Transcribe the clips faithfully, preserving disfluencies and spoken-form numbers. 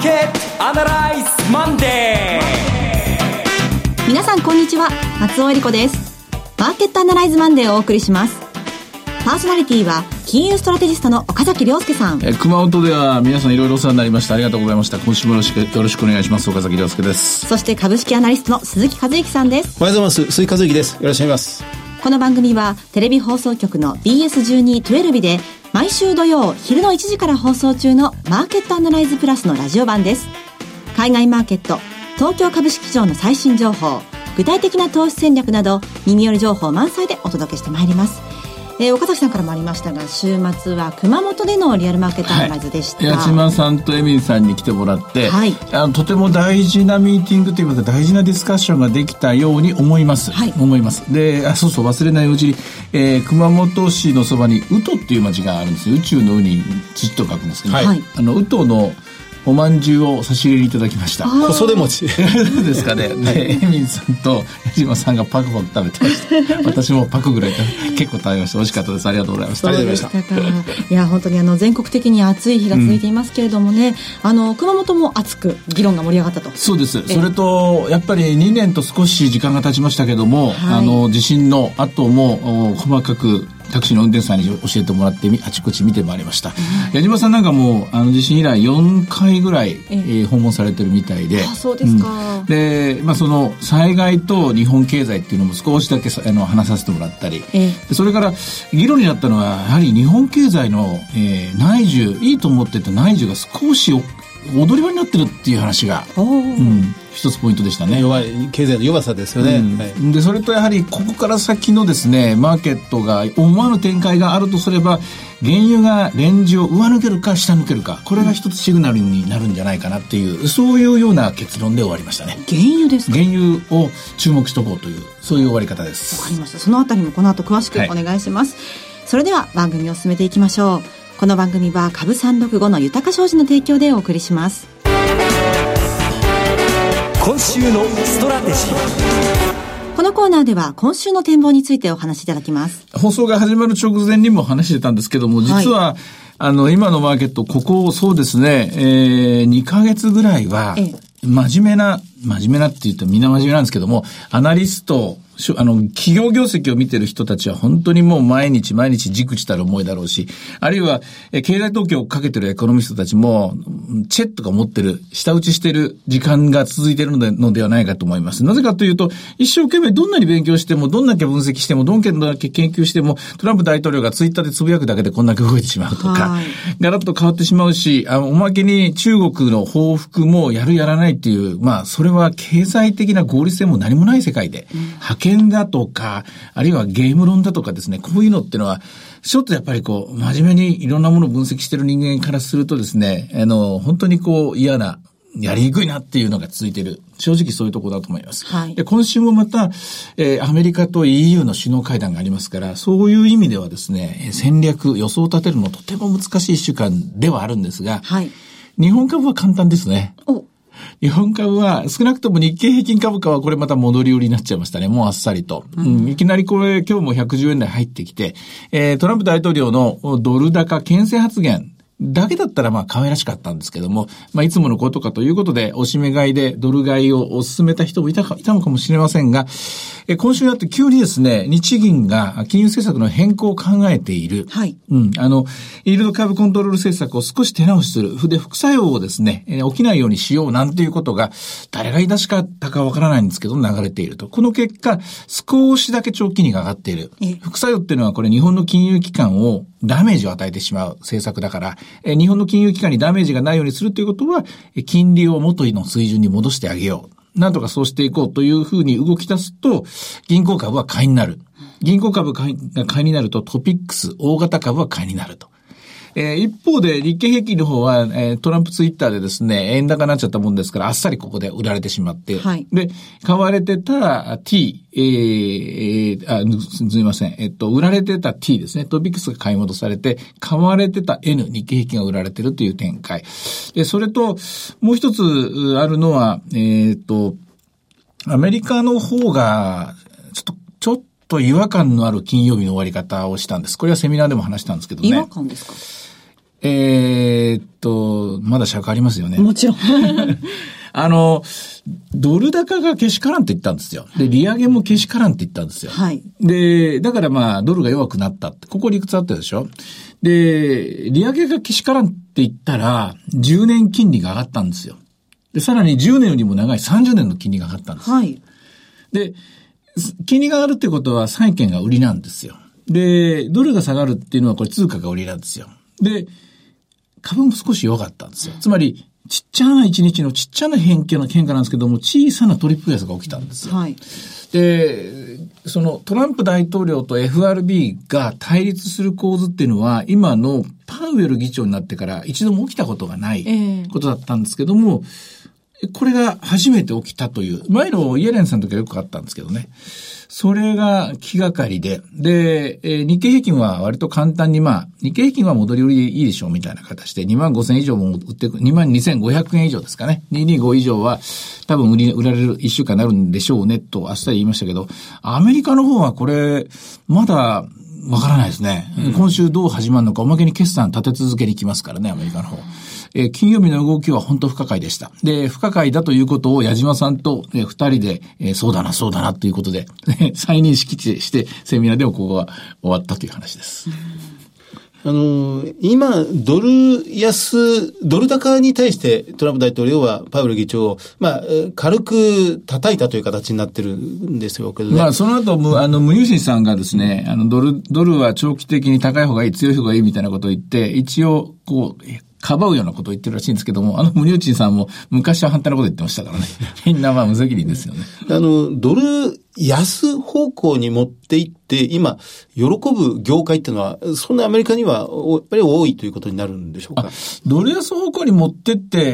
ーケットアナライズマンデー。 皆さんこんにちは、松尾恵理子です。マーケットアナライズマンデーをお送りします。パーソナリティは金融ストラテジストの岡崎亮介さん。 え熊本では皆さんいろいろお世話になりました。ありがとうございました。今週もよろしくよろしくお願いします。岡崎亮介です。 そして株式アナリストの鈴木和之さんです。 おはようございます。鈴木和之です。よろしくお願いします。 この番組はテレビ放送局の ビーエスじゅうに じゅうに で毎週土曜昼のいちじから放送中のマーケットアナライズプラスのラジオ版です。海外マーケット、東京株式市場の最新情報、具体的な投資戦略など耳寄り情報満載でお届けしてまいります。えー、岡崎さんからもありましたが、週末は熊本でのリアルマーケットアナライズでした。 はい、八幡さんとエミリさんに来てもらって、 はい、 あのとても大事なミーティングというか大事なディスカッションができたように思います。はい、思います。で、あ、そうそう忘れないうちに、えー、熊本市のそばに宇土っていう町があるんですよ。宇宙の宇に土と書くんですけど、はい、あの宇土のおまんじゅうを差し入れいただきました。 細手餅そうですかね。で、エミンさんと矢島さんがパクパク食べてました。私もパクぐらい結構食べました。美味しかったです。ありがとうございました。 ありがとうございました。いや、本当にあの全国的に暑い日が続いていますけれどもね、うん、あの熊本も熱く議論が盛り上がったと。 そうです。それとやっぱりにねんと少し時間が経ちましたけども、はい、あの地震の後も細かくタクシーの運転手さんに教えてもらってあちこち見てまいりました。うん、矢島さんなんかもうあの地震以来よんかいぐらい、えー、訪問されてるみたいで。 あ、そうですか。 うん、で、まあその災害と日本経済っていうのも少しだけあの話させてもらったり、えー、でそれから議論になったのはやはり日本経済の、えー、内需、いいと思ってた内需が少し踊り場になってるっていう話が、うん、一つポイントでしたね。 弱い経済の弱さですよね。うん、 はい、でそれとやはりここから先のですねマーケットが思わぬ展開があるとすれば、原油がレンジを上抜けるか下抜けるか、これが一つシグナルになるんじゃないかなっていう、そういうような結論で終わりましたね。 原油ですか。 原油を注目しとこうという、そういう終わり方です。 わかりました。そのあたりもこの後詳しくお願いします。はい、それでは番組を進めていきましょう。この番組は株さんろくごの豊か商事の提供でお送りします。 今週のストラテジー。 このコーナーでは今週の展望についてお話しいただきます。 放送が始まる直前にも話してたんですけども、実は、はい、あの今のマーケット、ここそうですね、えー、にかげつぐらいは真面目な、真面目なって言うとみんな真面目なんですけども、アナリスト、あの、企業業績を見てる人たちは本当にもう毎日毎日じくじたる思いだろうし、あるいは、え、経済統計をかけてるエコノミストたちも、チェッとか持ってる、下打ちしてる時間が続いているので、のではないかと思います。なぜかというと、一生懸命どんなに勉強しても、どんだけ分析しても、どんだけ研究しても、トランプ大統領がツイッターでつぶやくだけでこんだけ動いてしまうとか、ガラッと変わってしまうし、あの、おまけに中国の報復もやるやらないっていう、まあ、それは経済的な合理性も何もない世界で、うん、派遣だとか、あるいはゲーム論だとかですね、こういうのっていうのは、ちょっとやっぱりこう、真面目にいろんなものを分析している人間からするとですね、あの、本当にこう、嫌な、やりにくいなっていうのが続いている。正直そういうところだと思います。はい、で今週もまた、えー、アメリカと イーユー の首脳会談がありますから、そういう意味ではですね、戦略、予想を立てるのとても難しいいっしゅうかんではあるんですが、はい、日本株は簡単ですね。お日本株は少なくとも日経平均株価はこれまた戻り売りになっちゃいましたね。もうあっさりと。うん、いきなりこれ今日もひゃくじゅうえん台入ってきて、えー、トランプ大統領のドル高牽制発言だけだったらまあ可愛らしかったんですけども、まあいつものことかということで、押し目買いでドル買いを進めた人もいたか、いたのかもしれませんが、え今週になって急にですね、日銀が金融政策の変更を考えている。はい。うん。あの、イールドカーブコントロール政策を少し手直しする。で、副作用をですね、え起きないようにしようなんていうことが、誰が言い出しかったかわからないんですけど、流れていると。この結果、少しだけ長期金利が上がっている。副作用っていうのはこれ日本の金融機関をダメージを与えてしまう政策だから、え日本の金融機関にダメージがないようにするということは、金利を元の水準に戻してあげよう。なんとかそうしていこうというふうに動き出すと、銀行株は買いになる。銀行株が買いになるとトピックス、大型株は買いになると。えー、一方で日経平均の方は、えー、トランプツイッターでですね、円高になっちゃったもんですから、あっさりここで売られてしまって、はい、で、買われてた T、えー、あ、すみません、えっと、売られてた T ですね、トピックスが買い戻されて、買われてた N、日経平均が売られてるという展開。で、それと、もう一つあるのは、えっと、アメリカの方が、ちょっと、ちょっと違和感のある金曜日の終わり方をしたんです。これはセミナーでも話したんですけどね。 違和感ですか？ えー、っと、まだ尺ありますよね。 もちろん。 あの、ドル高がけしからんって言ったんですよ。で、利上げもけしからんって言ったんですよ。 はい。 で、だからまあ、ドルが弱くなったって。ここ理屈あったでしょ。で、利上げがけしからんって言ったら、じゅうねん金利が上がったんですよ。で、さらにじゅうねんよりも長いさんじゅうねんの金利が上がったんです。 はい。 で、金利が上がるってことは債券が売りなんですよ。で、ドルが下がるっていうのはこれ通貨が売りなんですよ。で、株も少し弱かったんですよ。つまり、ちっちゃな一日のちっちゃな変化の変化なんですけども、小さなトリップ安が起きたんですよ。 はい。 で、そのトランプ大統領と エフアールビー が対立する構図っていうのは、今のパウエル議長になってから一度も起きたことがないことだったんですけども、えー、これが初めて起きたという、前のイエレンさんの時はよくあったんですけどね。それが気がかりで、で、えー、日経平均は割と簡単にまあ、日経平均は戻り売りでいいでしょうみたいな形でにまんごせん以上も売ってく、にまんにせんごひゃくえん以上ですかね。にひゃくにじゅうご以上は多分売り、売られるいっしゅうかんになるんでしょうねと明日言いましたけど、アメリカの方はこれ、まだわからないですね。うん、今週どう始まるのか、おまけに決算立て続けに来ますからね、アメリカの方。えー、金曜日の動きは本当不可解でした。で、不可解だということを矢島さんと、えー、二人で、えー、そうだな、そうだなということで、再認識して、セミナーでもここが終わったという話です。 あの、今、ドル安、ドル高に対してトランプ大統領はパウエル議長を、まあ、軽く叩いたという形になってるんですよけどね。 まあ、その後、あの、ムニューシンさんがですね、あの、ドル、ドルは長期的に高い方がいい、強い方がいいみたいなことを言って、一応、こう、かばうようなことを言ってるらしいんですけども、あのムニューチンさんも昔は反対のこと言ってましたからね。みんなまあ無責任ですよね。 あの、ドル安方向に持っていって、今、喜ぶ業界っていうのは、そんなアメリカにはやっぱり多いということになるんでしょうか。 ドル安方向に持ってって、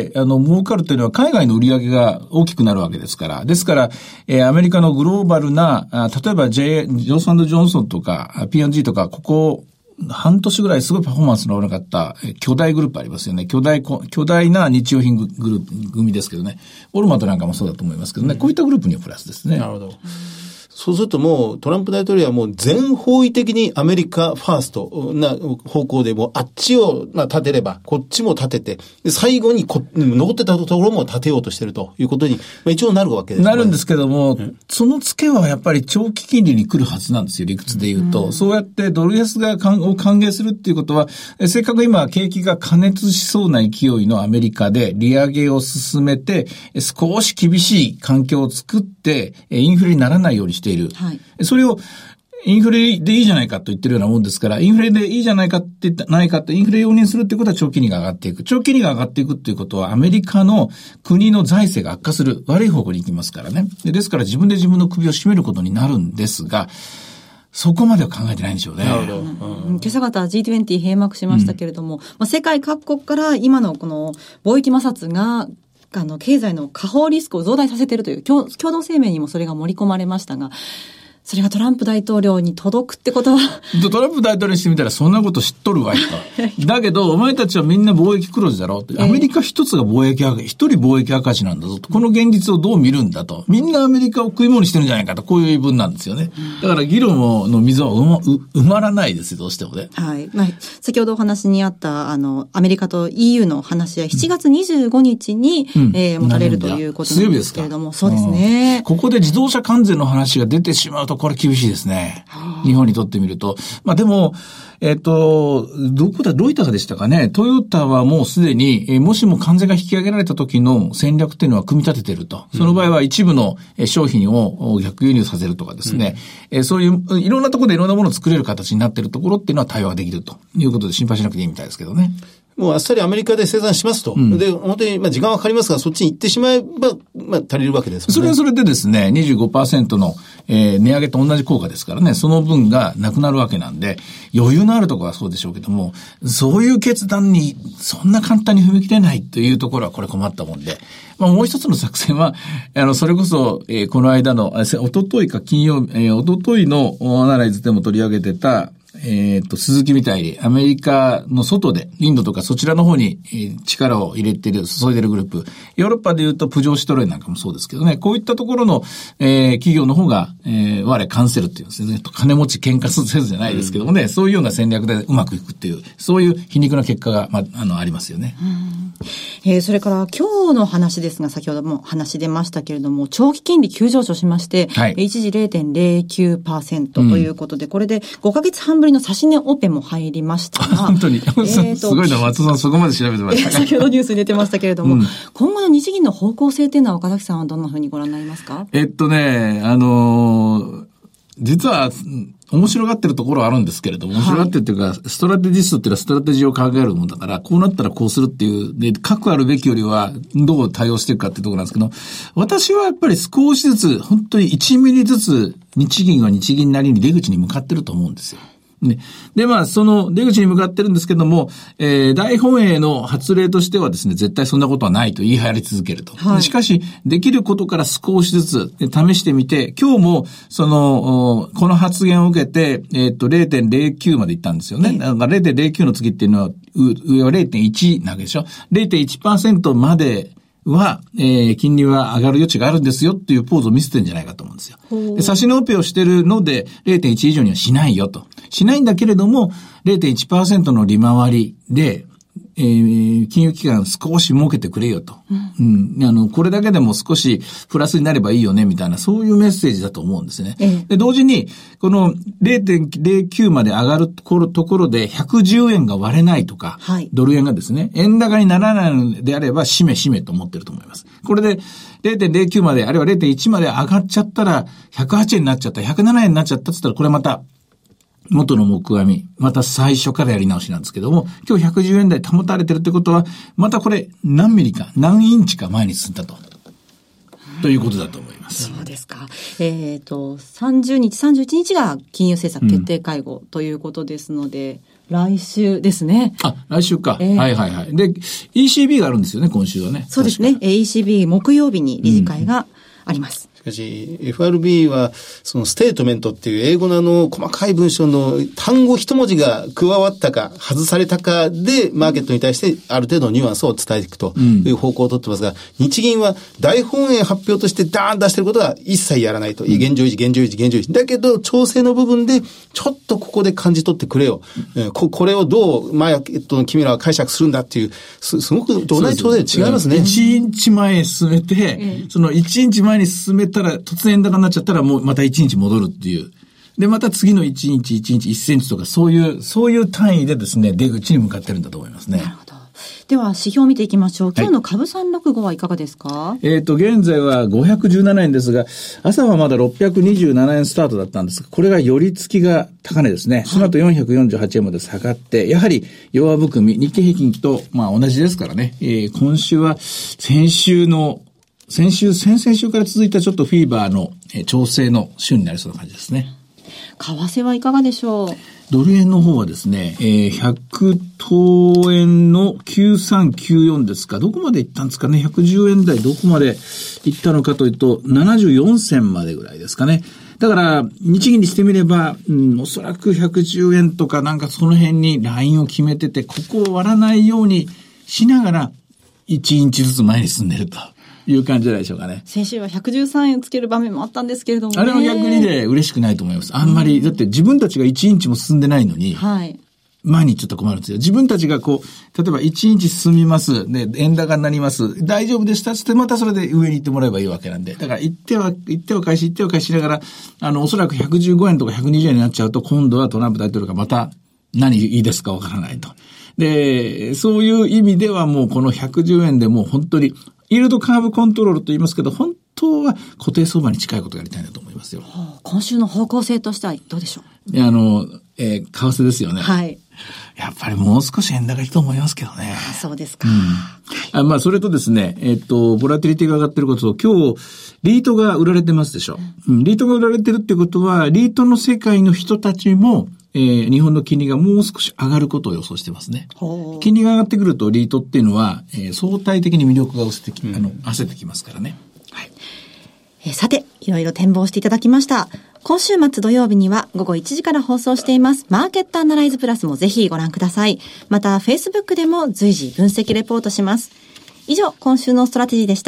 あの、儲かるというのは海外の売り上げが大きくなるわけですから。ですから、えー、アメリカのグローバルな、あ例えば J、ジョンソン&ジョンソンとか ピーアンドジー とか、ここ、半年ぐらいすごいパフォーマンスの悪かった巨大グループありますよね。巨大、巨大な日用品グループ組ですけどね。オルマトなんかもそうだと思いますけどね。こういったグループにはプラスですね。 なるほど。そうするともうトランプ大統領はもう全方位的にアメリカファーストな方向でもうあっちを立てればこっちも立ててで最後にこ残ってたところも立てようとしているということに一応なるわけです、ね。 なるんですけども、うん、その付けはやっぱり長期金利に来るはずなんですよ、理屈で言うと。うん、そうやってドル安がを歓迎するっていうことは、せっかく今景気が過熱しそうな勢いのアメリカで利上げを進めて少し厳しい環境を作ってインフレにならないようにしている。はい、それをインフレでいいじゃないかと言ってるようなもんですから、インフレでいいじゃないかって言ってないかって、インフレ容認するっていうことは長期金利が上がっていく。長期金利が上がっていくっていうことは、アメリカの国の財政が悪化する、悪い方向に行きますからね。ですから自分で自分の首を絞めることになるんですが、そこまでは考えてないんでしょうね。 なるほど。うん、今朝方 ジートゥエンティー 閉幕しましたけれども、うんまあ、世界各国から今のこの貿易摩擦があの経済の下方リスクを増大させているという共同声明にもそれが盛り込まれましたが、それがトランプ大統領に届くってことはトランプ大統領にしてみたらそんなこと知っとるわいと。だけどお前たちはみんな貿易黒字だろうと。アメリカ一つが貿易赤字、一人貿易赤字なんだぞと。この現実をどう見るんだと。みんなアメリカを食い物にしてるんじゃないかと。こういう言い分なんですよね。だから議論の溝は埋ま、埋まらないですよ、どうしてもね。 はい。まあ、先ほどお話にあったあのアメリカと イーユー の話はしちがつにじゅうごにちに、うんえー、持たれるということなんですけれども、そうですね、 うん。ここで自動車関税の話が出てしまうとこれ厳しいですね。日本にとってみると。まあでも、えっと、どこだ、ロイターでしたかね。トヨタはもうすでに、えもしも関税が引き上げられた時の戦略っていうのは組み立ててると。その場合は一部の商品を逆輸入させるとかですね。うん、えそういう、いろんなところでいろんなものを作れる形になっているところっていうのは対応ができるということで心配しなくていいみたいですけどね。 もうあっさりアメリカで生産しますと。うん、で、本当に、まあ時間はかかりますが、そっちに行ってしまえば、まあ足りるわけですよね。 それはそれでですね、にじゅうごパーセント の、えー、値上げと同じ効果ですからね、その分がなくなるわけなんで、余裕のあるところはそうでしょうけども、そういう決断にそんな簡単に踏み切れないというところはこれ困ったもんで、まあもう一つの作戦は、あの、それこそ、えー、この間の、おとといか金曜、えー、おとといのアナライズでも取り上げてた、 えっと、鈴木みたいにアメリカの外で、インドとかそちらの方に、えー、力を入れている、注いでいるグループ。ヨーロッパで言うとプジョーシトロエンなんかもそうですけどね、こういったところの、えー、企業の方が、えー、我カンセルっていうんですね、金持ち喧嘩せずじゃないですけどもね、うん、そういうような戦略でうまくいくっていう、そういう皮肉な結果が、まあ、あの、ありますよね。 うん、えー、それから今日の話ですが、先ほども話出ましたけれども、長期金利急上昇しまして、はい、一時 ゼロてんゼロきゅうパーセント ということで、うん、これでごかげつはんぶりの指値オペも入りましたが、 本当に、えー、すごいな、松尾さんそこまで調べてました、 先ほどニュースに出てましたけれども、うん、今後の日銀の方向性というのは岡崎さんはどんなふうにご覧になりますか？ えっとね、あのー、実は、面白がってるところはあるんですけれども、面白がってるっていうか、はい、ストラテジストっていうのはストラテジーを考えるもんだから、こうなったらこうするっていう、で、核あるべきよりは、どう対応していくかっていうところなんですけど、私はやっぱり少しずつ、本当にいちミリずつ、日銀は日銀なりに出口に向かってると思うんですよ。ね。で、まあ、その出口に向かってるんですけども、えー、大本営の発令としてはですね、絶対そんなことはないと言い張り続けると。はい、しかし、できることから少しずつ試してみて、今日も、その、この発言を受けて、えっと、ゼロてんゼロきゅうまで行ったんですよね。だから ゼロてんゼロきゅうの次っていうのは、上は ゼロてんいち なわけでしょ。ゼロてんいちパーセント まで、は、えー、金利は上がる余地があるんですよっていうポーズを見せてるんじゃないかと思うんですよ。で、差し値オペをしてるので ゼロてんいち 以上にはしないよと。しないんだけれども ゼロてんいちパーセント の利回りで、えー、金融機関少し儲けてくれよと、うんうん。あの、これだけでも少しプラスになればいいよねみたいな、そういうメッセージだと思うんですね。ええ、で、同時に、この ゼロてんゼロきゅう まで上がるところ、ところでひゃくじゅうえんが割れないとか、はい、ドル円がですね、円高にならないのであれば、しめしめと思ってると思います。これで ゼロてんゼロきゅう まで、あるいは ゼロてんいち まで上がっちゃったら、ひゃくはちえんになっちゃった、ひゃくななえんになっちゃったって言ったら、これまた、元の木阿弥、また最初からやり直しなんですけども、今日ひゃくじゅうえん台保たれてるってことは、またこれ何ミリか、何インチか前に進んだと。ということだと思います。 そうですか。えっと、さんじゅうにち、さんじゅういちにちが金融政策決定会合ということですので、うん、来週ですね。 あ、来週か、えー。はいはいはい。で、イーシービー があるんですよね、今週はね。 そうですね。イーシービー 木曜日に理事会があります。 しかし、エフアールビー は、そのステートメントっていう英語のあの、細かい文章の単語一文字が加わったか、外されたかで、マーケットに対してある程度のニュアンスを伝えていくという方向を取ってますが、うん、日銀は大本営発表としてダーン出してることは一切やらないと。うん、現状維持、現状維持、現状維持。だけど、調整の部分で、ちょっとここで感じ取ってくれよ。うん、こ, これをどうマーケットの君らは解釈するんだっていう、す, すごく同じ調整で違いますね。 いちインチまえへ進めて、うん、そのいちインチまえに進めたら、突然高になっちゃったらもうまたいちインチ戻るっていう。で、また次のいちインチ、いちインチ、いっセンチとかそういう、そういう単位でですね、出口に向かってるんだと思いますね。 なるほど。では、指標を見ていきましょう。今日の株さんろくごはいかがですか？ はい、えっと、現在はごひゃくじゅうななえんですが、朝はまだろっぴゃくにじゅうななえんスタートだったんですが、これが寄り付きが高値ですね。その後よんひゃくよんじゅうはちえんまで下がって、やはり弱含み、日経平均と、まあ同じですからね、えー、今週は先週の先週、先々週から続いたちょっとフィーバーの、えー、調整の週になりそうな感じですね。 為替はいかがでしょう？ ドル円の方はですね、えー、ひゃくとうえんのきゅうさんきゅうよんですか、どこまで行ったんですかね、ひゃくじゅうえん台どこまで行ったのかというと、ななじゅうよんせんまでぐらいですかね。だから、日銀にしてみれば、うん、おそらくひゃくじゅうえんとかなんかその辺にラインを決めてて、ここを割らないようにしながら、いちインチずつ前に進んでるという感じじゃないでしょうかね。 先週はひゃくじゅうさんえんつける場面もあったんですけれどもね。 あれは逆にね、嬉しくないと思います。あんまり、だって自分たちがいちインチも進んでないのに、はい。前にちょっと困るんですよ。自分たちがこう、例えばいちインチ進みます。で、円高になります。大丈夫でしたつってまたそれで上に行ってもらえばいいわけなんで。だから行っては、行っては返し、行っては返しながら、あの、おそらくひゃくじゅうごえんとかひゃくにじゅうえんになっちゃうと、今度はトランプ大統領がまた何いいですかわからないと。で、そういう意味ではもうこのひゃくじゅうえんでもう本当に、イールドカーブコントロールと言いますけど、本当は固定相場に近いことをやりたいなと思いますよ。 はあ、今週の方向性としてはどうでしょう？ あの、えー、為替ですよね。 はい。 やっぱりもう少し円高いいと思いますけどね。 あ、そうですか。 うん、あまあ、それとですね、えっと、ボラティリティが上がってることと、今日、リートが売られてますでしょ。うん、リートが売られてるってことは、リートの世界の人たちも、えー、日本の金利がもう少し上がることを予想してますね。金利が上がってくると、リートっていうのは、えー、相対的に魅力が薄れてき、あの、焦ってきますからね。 はい。えー、さて、いろいろ展望していただきました。 今週末土曜日には午後いちじから放送していますマーケットアナライズプラスもぜひご覧ください。また Facebook でも随時分析レポートします。以上、今週のストラテジーでした。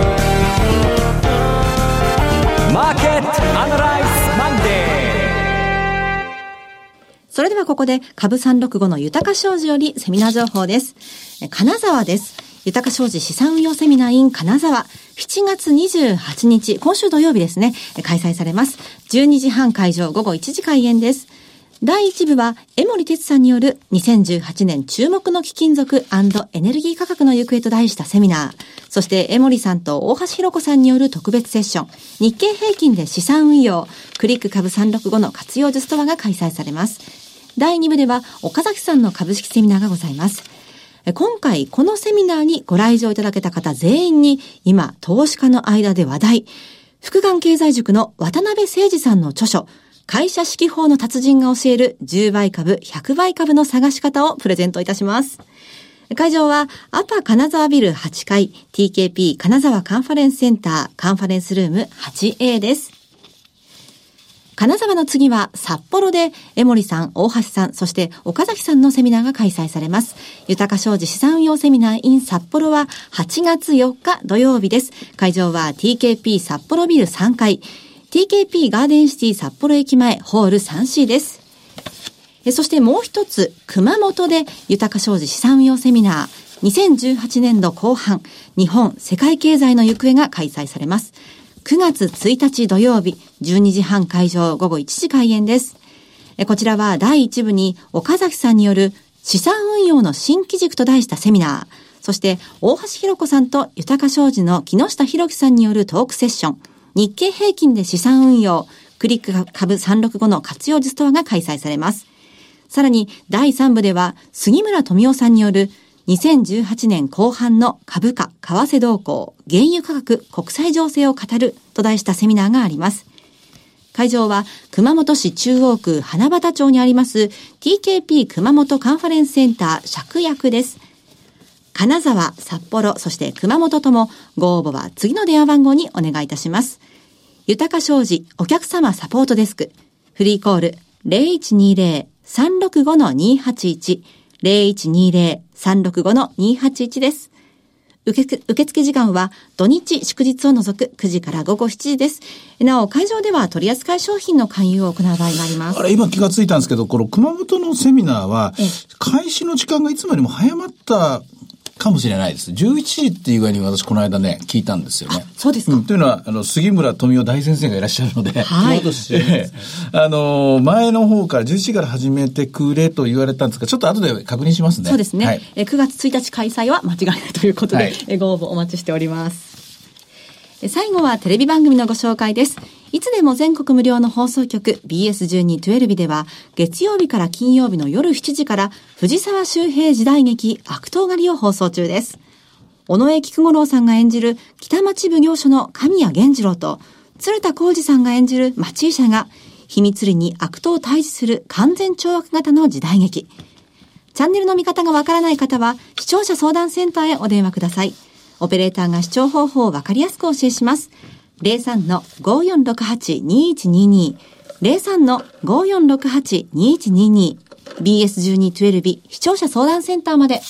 マーケットアナライズマンデー。 それではここで株さんろくごの豊か商事よりセミナー情報です。金沢です。豊か商事資産運用セミナー in 金沢、しちがつにじゅうはちにち、今週土曜日ですね、開催されます。じゅうにじはん会場、午後いちじ開演です。だいいち部は江森哲さんによるにせんじゅうはちねん注目の貴金属&エネルギー価格の行方と題したセミナー。そして江森さんと大橋ひろ子さんによる特別セッション、日経平均で資産運用、クリック株さんろくごの活用術とはが開催されます。だいに部では岡崎さんの株式セミナーがございます。今回このセミナーにご来場いただけた方全員に今投資家の間で話題、福眼経済塾の渡辺誠二さんの著書、会社指揮法の達人が教えるじゅうばい株、ひゃくばい株の探し方をプレゼントいたします。会場はアパ金沢ビルはちかい ティーケーピー 金沢カンファレンスセンターカンファレンスルーム はちエー です。金沢の次は札幌で江森さん、大橋さん、そして岡崎さんのセミナーが開催されます。豊か商事資産運用セミナー in 札幌ははちがつよっか土曜日です。会場は ティーケーピー 札幌ビルさんかい、ティーケーピー ガーデンシティ札幌駅前ホール スリーシー です。そしてもう一つ、熊本で豊か商事資産運用セミナーにせんじゅうはちねんど後半、日本世界経済の行方が開催されます。くがつついたち土曜日、じゅうにじはん会場、午後いちじ開演です。こちらはだいいち部に岡崎さんによる資産運用の新機軸と題したセミナー、そして大橋ひろ子さんと豊か商事の木下博樹さんによるトークセッション、日経平均で資産運用、クリック株さんろくごの活用術とはが開催されます。さらにだいさん部では杉村富夫さんによるにせんじゅうはちねんこう半の株価、為替動向、原油価格、国際情勢を語ると題したセミナーがあります。会場は熊本市中央区花畑町にあります ティーケーピー 熊本カンファレンスセンター芍薬です。金沢、札幌、そして熊本ともご応募は次の電話番号にお願いいたします。豊か商事お客様サポートデスク、フリーコール ゼロいちにゼロ さんろくご にはちいち ゼロいちにゼロ さんろくご にはちいちです。受付、受付時間は土日祝日を除くくじから午後しちじです。なお会場では取扱い商品の勧誘を行う場合があります。 あれ今気がついたんですけど、この熊本のセミナーは開始の時間がいつまでも早まったかもしれないです。じゅういちじっていう具合に私この間ね聞いたんですよね。 そうですか。 うん、というのはあの杉村富夫大先生がいらっしゃるので、 はい、 ええ、あの前の方からじゅういちじから始めてくれと言われたんですが、ちょっと後で確認しますね。 そうですね。 はい、 えくがつついたち開催は間違いないということで、はい、えご応募お待ちしております。最後はテレビ番組のご紹介です。いつでも全国無料の放送局 ビーエスじゅうに じゅうに では月曜日から金曜日の夜しちじから藤沢周平時代劇悪党狩りを放送中です。尾上菊五郎さんが演じる北町奉行所の神谷源次郎と鶴田浩二さんが演じる町医者が秘密裏に悪党を退治する完全懲悪型の時代劇。チャンネルの見方がわからない方は視聴者相談センターへお電話ください。オペレーターが視聴方法をわかりやすくお教えします。ゼロさんのごよんろくはちにいちにに ゼロさんのごよんろくはちにいちにに ビーエスじゅうに じゅうに 視聴者相談センターまで。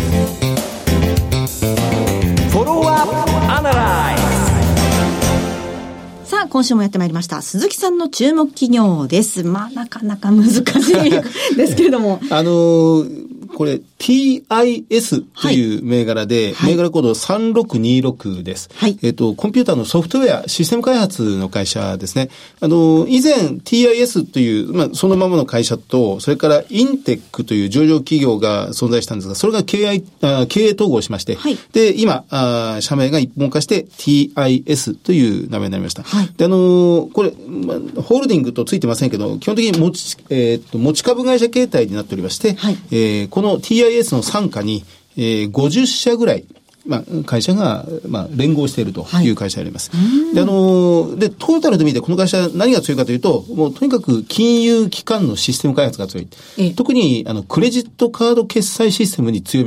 フォローアップアナライズ。 さあ今週もやってまいりました鈴木さんの注目企業です。まあなかなか難しいですけれどもあのーこれ ティーアイエス という銘柄で、はい、銘柄コードさんろくにろくです。はい、えっと、コンピューターのソフトウェア、システム開発の会社ですね。あの、以前 ティーアイエス という、まあ、そのままの会社と、それからインテックという上場企業が存在したんですが、それが経営、あ経営統合しまして、はい、で、今、あ社名が一本化して ティーアイエス という名前になりました。はい、で、あの、これ、まあ、ホールディングとついてませんけど、基本的に持ち、えー、っと、持ち株会社形態になっておりまして、はい、えー、このこの ティーアイエス の傘下に、えー、ごじゅっしゃぐらい、まあ、会社が、まあ、連合しているという会社であります。はい、で、あのー、で、トータルで見て、この会社何が強いかというと、もうとにかく金融機関のシステム開発が強い。ええ、特に、あの、クレジットカード決済システムに強みがある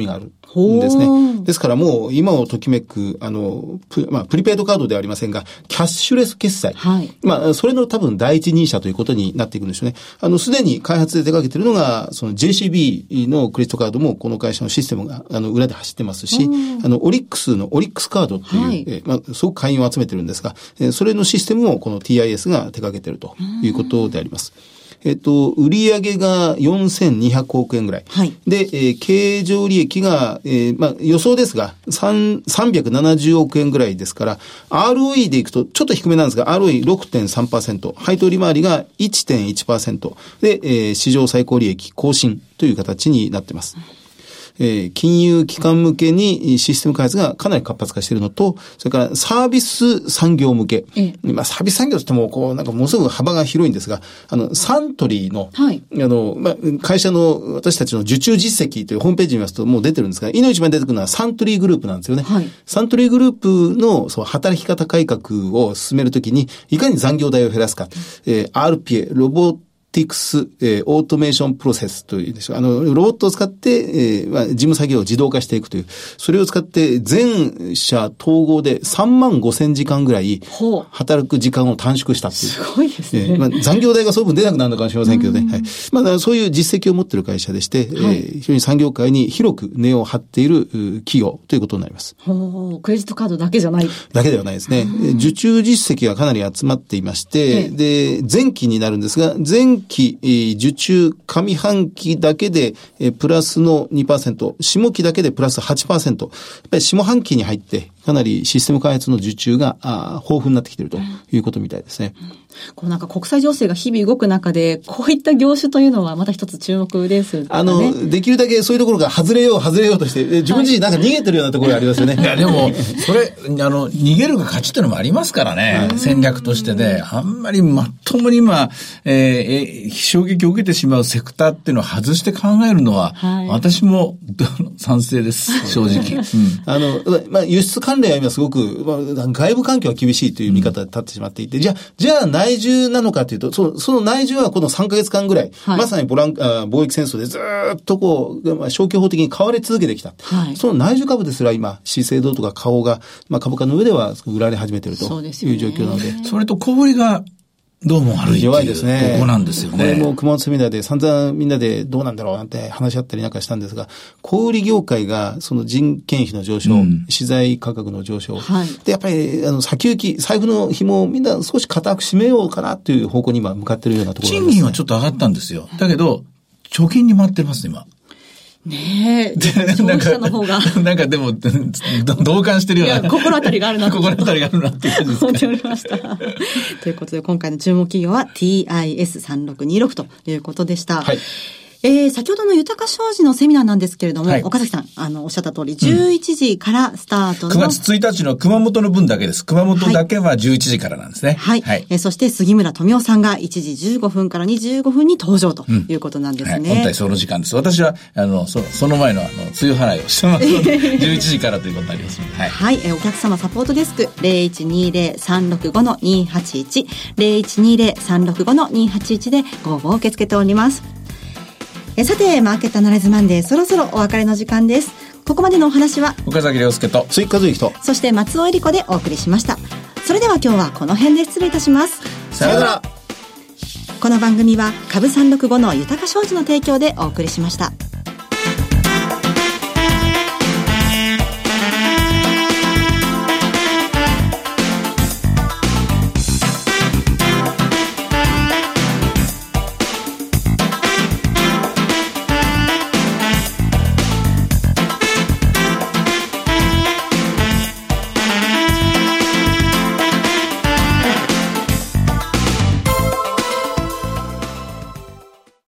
んですね。ですからもう今をときめく、あの、プ, まあ、プリペイドカードではありませんが、キャッシュレス決済。はい、まあ、それの多分第一人者ということになっていくんでしょうね。あの、すでに開発で手掛けているのが、その ジェーシービー のクレジットカードもこの会社のシステムが、あの、裏で走ってますし、あの、オリックスのオリックスカードっていう、はい、えまあ、すごく会員を集めてるんですが、えそれのシステムもこの ティーアイエス が手掛けているということであります。えっと、売上がよんせんにひゃくおくえんぐらい。はい、で、えー、経営上利益が、えー、まあ、予想ですが、さんびゃくななじゅうおくえんぐらいですから、アールオーイー でいくとちょっと低めなんですが、アールオーイーろくてんさんパーセント、配当利回りが いってんいちパーセント で、えー、史上最高利益更新という形になっています。えー、金融機関向けにシステム開発がかなり活発化しているのと、それからサービス産業向け。ええ、まあ、サービス産業としても、こう、なんかものすごく幅が広いんですが、あの、サントリーの、はい、あの、まあ、会社の私たちの受注実績というホームページに見ますともう出てるんですが、いの一番出てくるのはサントリーグループなんですよね。はい、サントリーグループの、そう、働き方改革を進めるときに、いかに残業代を減らすか。えー、アールピーエー、ロボティクス、えー、オートメーションプロセスというんでしょう。あの、ロボットを使って、えーまあ、事務作業を自動化していくという。それを使って全社統合でさんまんごせんじかんぐらい、働く時間を短縮したっていう。 すごいですね。 えーまあ、残業代がその分出なくなるのかもしれませんけどね。はい。まあ、そういう実績を持っている会社でして、はい、えー、非常に産業界に広く根を張っている企業ということになります。 ほう、クレジットカードだけじゃない。 だけではないですね。受注実績がかなり集まっていまして、で、前期になるんですが、前期、受注上半期だけでプラスの にパーセント、下期だけでプラス はちパーセント、やっぱり下半期に入ってかなりシステム開発の受注が豊富になってきているということみたいですね。 うん、こうなんか国際情勢が日々動く中で、こういった業種というのはまた一つ注目ですよね。 あの、できるだけそういうところが外れよう外れようとして、自分自身なんか逃げてるようなところがありますよね。 はい、いやでも、それ、あの、逃げるが勝ちっていうのもありますからね。戦略としてね。あんまりまともに今、えー、衝撃を受けてしまうセクターっていうのを外して考えるのは、はい、私も賛成です、正直。うん、 あの、まあ、輸出関連は今すごく、まあ、外部環境は厳しいという見方で立ってしまっていて、うん、じゃあ、じゃあ内需なのかというと、その、その内需はこのさんかげつかんぐらい、はい、まさにボランあ貿易戦争でずーっとこう、まあ、消去法的に買われ続けてきた。はい、その内需株ですら今、資生堂とか花王が、まあ、株価の上では売られ始めているという状況なので。 それと小売りが、どうも悪いっていう。 弱いですね。 ここなんですよね。 これも熊本セミナーで散々みんなでどうなんだろうなんて話し合ったりなんかしたんですが、小売業界がその人件費の上昇、うん、資材価格の上昇、はい、でやっぱりあの先行き財布の紐をみんな少し固く締めようかなという方向に今向かっているようなところです、ね。 賃金はちょっと上がったんですよ。だけど貯金に回ってます今。 ねえ。消費者の方が。 なんかでも、同感してるような。 いや、心当たりがあるな。 心当たりがあるなっていう感じですか。 思っておりました。ということで、今回の注目企業は ティーアイエスさんろくにろく ということでした。はい。えー、先ほどの豊か商事のセミナーなんですけれども、はい、岡崎さん、あの、おっしゃった通り、じゅういちじからスタートの、うん、 くがつついたちの熊本の分だけです。熊本だけはじゅういちじからなんですね。 はい。はい。えー、そして、杉村富夫さんがいちじじゅうごふんからにじゅうごふんに登場ということなんですね。うん、はい。 本体その時間です。私は、あの、そその前の、あの、梅雨払いをしてますので、じゅういちじからということになりますので。はい。 はい。えー、お客様サポートデスク、ゼロいちにゼロ さんろくご にーはちいち、ゼロいちにゼロ さんろくご にーはちいちでご応募を受け付けております。えさて、マーケットアナライズマンデー、そろそろお別れの時間です。ここまでのお話は岡崎亮介と鈴木和之と、 そして松尾恵理子でお送りしました。それでは今日はこの辺で失礼いたします。 さようなら。 この番組は株さんろくごの豊か商事の提供でお送りしました。